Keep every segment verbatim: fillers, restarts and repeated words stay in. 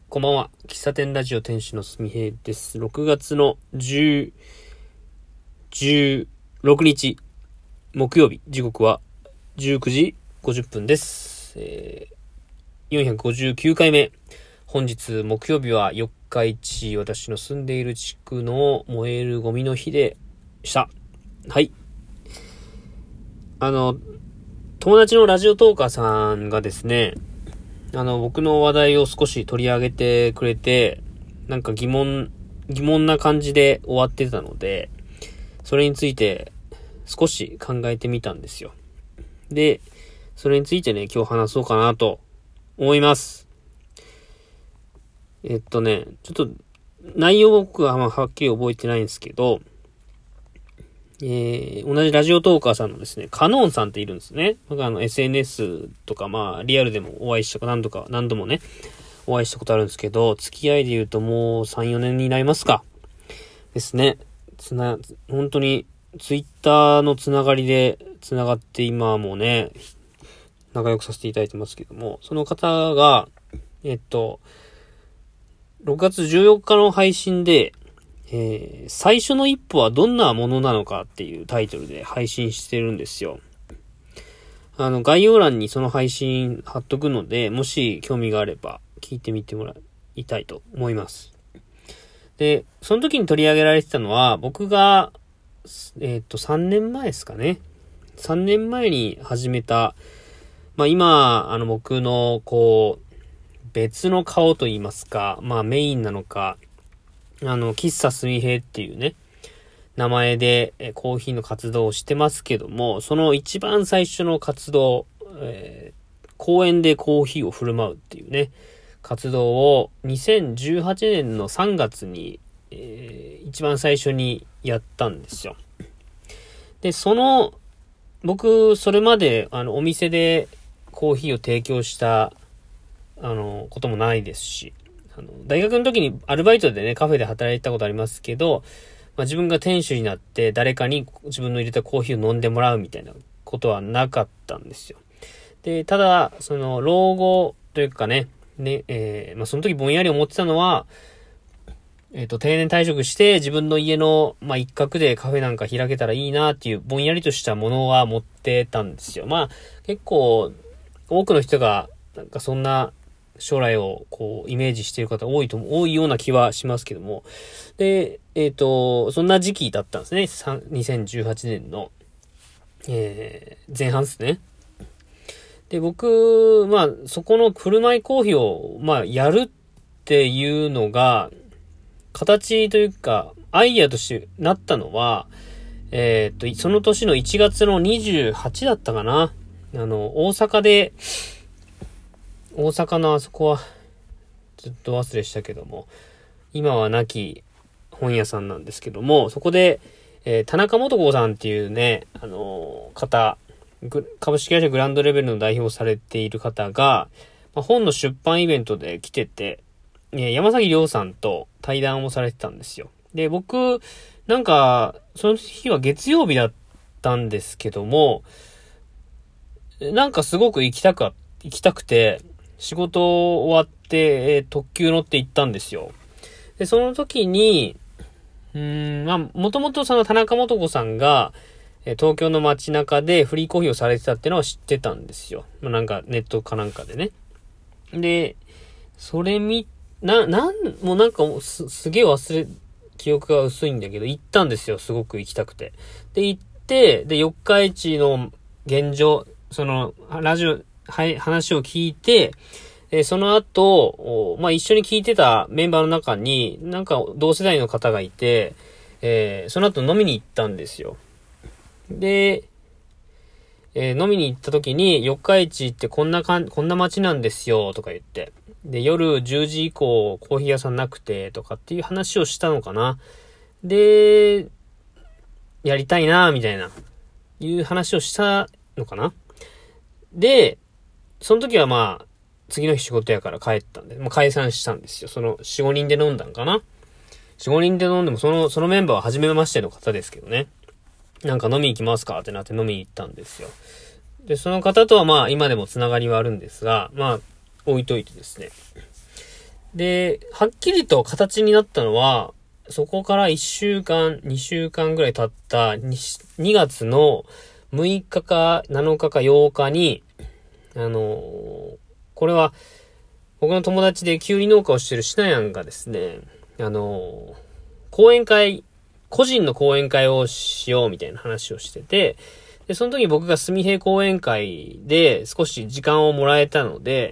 こんばんは。喫茶店ラジオ店主のすみへいです。ろくがつのじゅう、じゅうろくにち木曜日、時刻はじゅうくじごじゅっぷんです。えー、よんひゃくごじゅうきゅうかいめ。本日木曜日は四日市、私の住んでいる地区の燃えるゴミの日でした。はい。あの、友達のラジオトーカーさんがですね、あの、僕の話題を少し取り上げてくれて、なんか疑問、疑問な感じで終わってたので、それについて少し考えてみたんですよ。で、それについてね、今日話そうかなと思います。えっとね、ちょっと内容僕ははっきり覚えてないんですけど、えー、同じラジオトーカーさんのですね、カノンさんっているんですね。僕はあの エスエヌエス とかまあリアルでもお会いした何度か何度もね、お会いしたことあるんですけど、付き合いで言うともうさん、よねんになりますか。ですね。つな、本当にツイッターのつながりでつながって今もね、仲良くさせていただいてますけども、その方が、えっと、ろくがつじゅうよっかの配信で、えー、最初の一歩はどんなものなのかっていうタイトルで配信してるんですよ。あの、概要欄にその配信貼っとくので、もし興味があれば聞いてみてもらいたいと思います。で、その時に取り上げられてたのは、僕が、えっと、さんねんまえですかね。さんねんまえに始めた、まあ今、あの僕の、こう、別の顔といいますか、まあメインなのか、あの、喫茶すみへいっていうね、名前でえコーヒーの活動をしてますけども、その一番最初の活動、えー、公園でコーヒーを振る舞うっていうね、活動をにせんじゅうはちねんのさんがつに、えー、一番最初にやったんですよ。で、その、僕、それまで、あの、お店でコーヒーを提供した、あの、こともないですし、あの、大学の時にアルバイトでね、カフェで働いたことありますけど、まあ、自分が店主になって誰かに自分の入れたコーヒーを飲んでもらうみたいなことはなかったんですよ。で、ただ、その、老後というかね、ね、えー、まあ、その時ぼんやり思ってたのは、えっと、定年退職して自分の家の、まあ、一角でカフェなんか開けたらいいなっていうぼんやりとしたものは持ってたんですよ。まあ、結構、多くの人が、なんかそんな、将来をこうイメージしている方多いと多いような気はしますけども。で、えっと、そんな時期だったんですね。にせんじゅうはちねんの、えー、前半ですね。で、僕、まあ、そこの振る舞いコーヒーを、まあ、やるっていうのが、形というか、アイディアとしてなったのは、えっと、その年のいちがつのにじゅうはちだったかな。あの、大阪で、大阪のあそこは、ちょっと忘れしたけども、今は亡き本屋さんなんですけども、そこで、えー、田中元子さんっていうね、あのー、方、株式会社グランドレベルの代表されている方が、まあ、本の出版イベントで来てて、えー、山崎亮さんと対談をされてたんですよ。で、僕、なんか、その日は月曜日だったんですけども、なんかすごく行きたく、行きたくて、仕事終わって、えー、特急乗って行ったんですよ。で、その時に、うーん、まあ、もともとその田中元子さんが、えー、東京の街中でフリーコーヒーをされてたっていうのは知ってたんですよ。まあ、なんかネットかなんかでね。で、それみ、な、なん、もうなんかす、すげえ忘れ、記憶が薄いんだけど、行ったんですよ。すごく行きたくて。で、行って、で、四日市の現状、その、ラジオ、はい、話を聞いて、えー、その後、まあ、一緒に聞いてたメンバーの中に、なんか同世代の方がいて、えー、その後飲みに行ったんですよ。で、えー、飲みに行った時に、四日市ってこんなかん、こんな街なんですよ、とか言って。で、夜じゅうじ以降、コーヒー屋さんなくて、とかっていう話をしたのかな。で、やりたいな、みたいな、いう話をしたのかな。で、その時はまあ、次の日仕事やから帰ったんで、まあ解散したんですよ。そのよん、ごにんで飲んだんかな。よん、ごにんで飲んでも、その、そのメンバーは初めましての方ですけどね。なんか飲み行きますかってなって飲みに行ったんですよ。で、その方とはまあ今でもつながりはあるんですが、まあ置いといてですね。 で、はっきりと形になったのは、そこからいっしゅうかん、にしゅうかんぐらい経ったにがつのむいかかなのかかようかに、あのー、これは僕の友達でキュウリ農家をしてるシナヤンがですね、あのー、講演会、個人の講演会をしようみたいな話をしてて、で、その時僕がすみへい講演会で少し時間をもらえたので、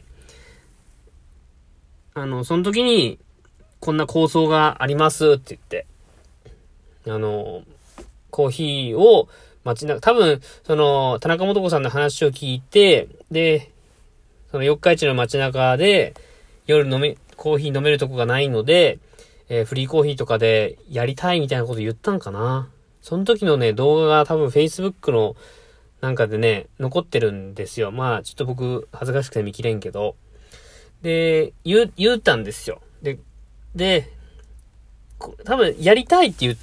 あの、その時に、こんな構想がありますって言って、あの、コーヒーを街中、多分、その、田中素子さんの話を聞いて、で、その四日市の街中で、夜飲め、コーヒー飲めるとこがないので、えー、フリーコーヒーとかでやりたいみたいなこと言ったんかな。その時のね、動画が多分 Facebook のなんかでね、残ってるんですよ。まあ、ちょっと僕、恥ずかしくて見切れんけど。で、言う、言ったんですよ。で、で、多分やりたいって言って、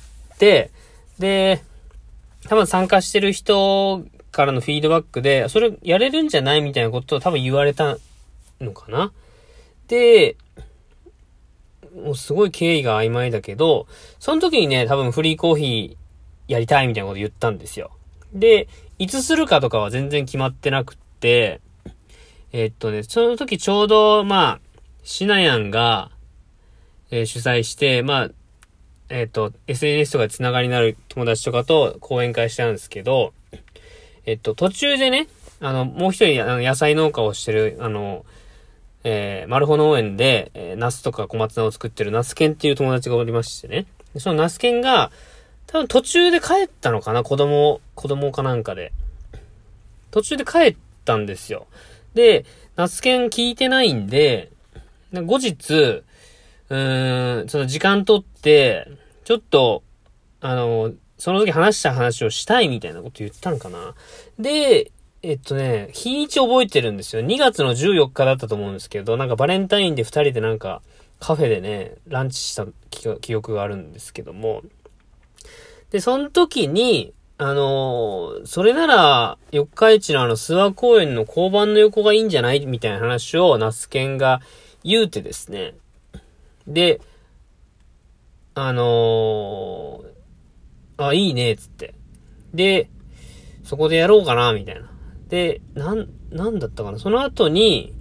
で、多分参加してる人からのフィードバックで、それやれるんじゃないみたいなことを多分言われたのかな。で、もうすごい経緯が曖昧だけど、その時にね、多分フリーコーヒーやりたいみたいなこと言ったんですよ。で、いつするかとかは全然決まってなくって、えー、っとね、その時ちょうど、まあ、シナヤンが、えー、主催して、まあ、えー、っと、エスエヌエス とかでつながりになる友達とかと講演会したんですけど、えー、っと、途中でね、あの、もう一人、あの、野菜農家をしてる、あの、えー、マルホ農園で、えー、ナスとか小松菜を作ってるナスケンっていう友達がおりましてね。でそのナスケンが、多分途中で帰ったのかな子供、子供かなんかで。途中で帰ったんですよ。で、ナスケン聞いてないんで、後日、うーん、その時間取って、ちょっと、あの、その時話した話をしたいみたいなこと言ったのかな。で、えっとね、日にち覚えてるんですよ。にがつのじゅうよっかだったと思うんですけど、なんかバレンタインでふたりでなんかカフェでね、ランチした記憶があるんですけども。で、その時に、あのー、それなら、四日市のあの、諏訪公園の交番の横がいいんじゃないみたいな話を、ナスケンが言うてですね。で、あのー、あ、いいね、つって。で、そこでやろうかな、みたいな。で、なん、なんだったかな。その後に、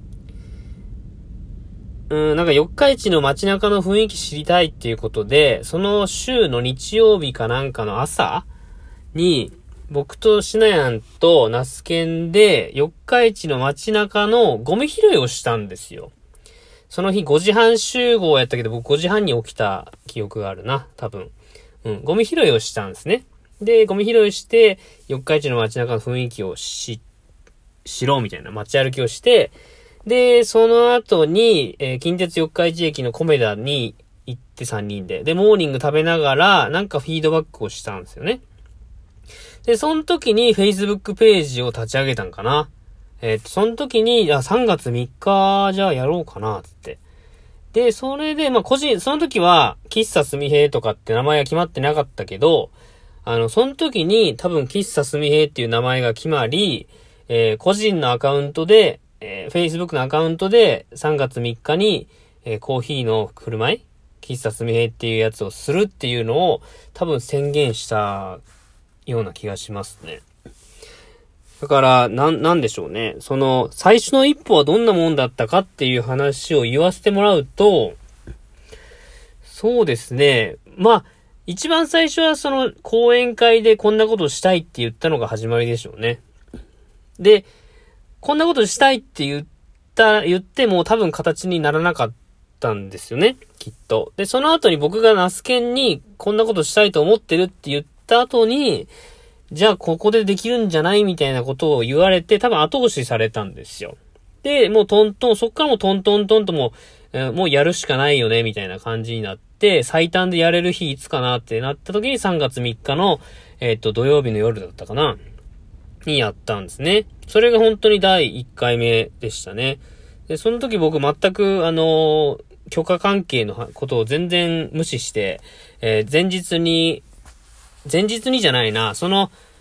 うん、なんか四日市の街中の雰囲気知りたいっていうことで、その週の日曜日かなんかの朝に、僕とシナヤンとナスケンで四日市の街中のゴミ拾いをしたんですよ。その日ごじはん集合やったけど、僕ごじはんに起きた記憶があるな、多分。うん、ゴミ拾いをしたんですね。で、ゴミ拾いして、四日市の街中の雰囲気をし、知ろうみたいな街歩きをして、で、その後に、えー、近鉄四日市駅のコメダに行ってさんにんで、で、モーニング食べながら、なんかフィードバックをしたんですよね。で、その時に Facebook ページを立ち上げたんかな。えっと、その時に、あ、さんがつみっかじゃあやろうかな、つって。で、それで、まあ、個人、その時は、喫茶すみへいとかって名前が決まってなかったけど、あの、その時に多分喫茶すみへいっていう名前が決まり、えー、個人のアカウントで、えー、Facebook のアカウントでさんがつみっかに、えー、コーヒーの振る舞い喫茶すみへいっていうやつをするっていうのを多分宣言したような気がしますね。だから、なん、なんでしょうね。その、最初の一歩はどんなもんだったかっていう話を言わせてもらうと、そうですね。まあ、一番最初はその講演会でこんなことしたいって言ったのが始まりでしょうね。で、こんなことしたいって言った、言っても多分形にならなかったんですよね。きっと。で、その後に僕がナスケンにこんなことしたいと思ってるって言った後に、じゃあここでできるんじゃないみたいなことを言われて多分後押しされたんですよ。で、もうトントン、そっからもうトントントンともう、えー、もうやるしかないよねみたいな感じになって、最短でやれる日いつかなってなった時にさんがつみっかの、えっと、土曜日の夜だったかなにやったんですね。それが本当にだいいっかいめでしたね。で、その時僕全く、あのー、許可関係のことを全然無視して、えー、前日に、前日にじゃないな、その、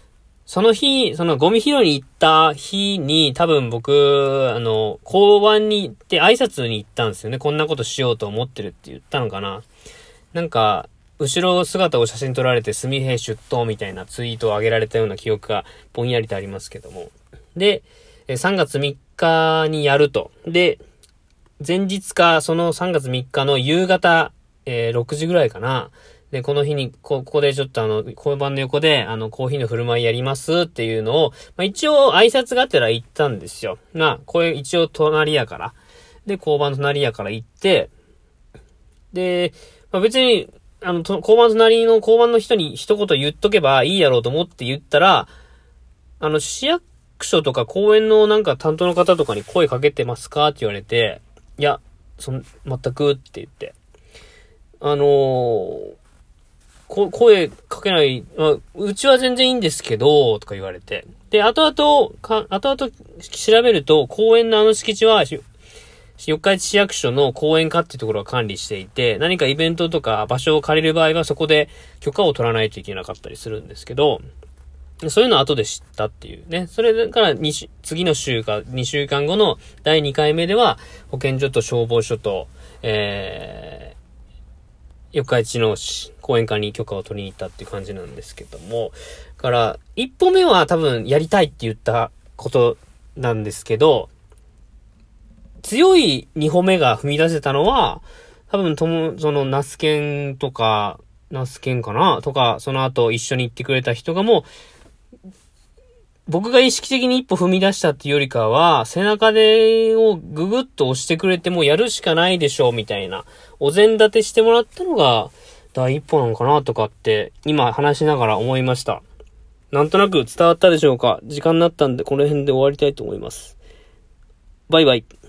その日、そのゴミ拾いに行った日に多分僕、あの、交番に行って挨拶に行ったんですよね。こんなことしようと思ってるって言ったのかな。なんか、後ろ姿を写真撮られてすみへい出頭みたいなツイートを上げられたような記憶がぼんやりとありますけども。で、さんがつみっかにやると。で、前日か、そのさんがつみっかの夕方、えー、ろくじぐらいかな。で、この日に、こ、ここでちょっとあの、交番の横で、あの、コーヒーの振る舞いやりますっていうのを、まあ、一応挨拶がてら行ったんですよ。まあ、これ一応隣やから。で、交番の隣やから行って、で、まあ、別に、あの、交番隣の交番の人に一言言っとけばいいやろうと思って言ったら、あの、市役所とか公園のなんか担当の方とかに声かけてますかって言われて、いや、そん、全くって言って。あのー、こ、声かけない、まあ、うちは全然いいんですけど、とか言われて。で、後々、か、後々調べると、公園のあの敷地は、四日市市役所の公園課っていうところが管理していて、何かイベントとか場所を借りる場合はそこで許可を取らないといけなかったりするんですけど、そういうのを後で知ったっていうね。それからに週、次の週かにしゅうかんごのだいにかいめでは、保健所と消防署と、えー、四日市の公園課に許可を取りに行ったっていう感じなんですけども、だから、一歩目は多分やりたいって言ったことなんですけど、強い二歩目が踏み出せたのは、多分とも、その、ナスケンとか、ナスケンかなとか、その後一緒に行ってくれた人がもう、僕が意識的に一歩踏み出したっていうよりかは、背中でをぐぐっと押してくれてもやるしかないでしょうみたいな、お膳立てしてもらったのが、第一歩なのかなとかって、今話しながら思いました。なんとなく伝わったでしょうか？時間になったんで、この辺で終わりたいと思います。バイバイ。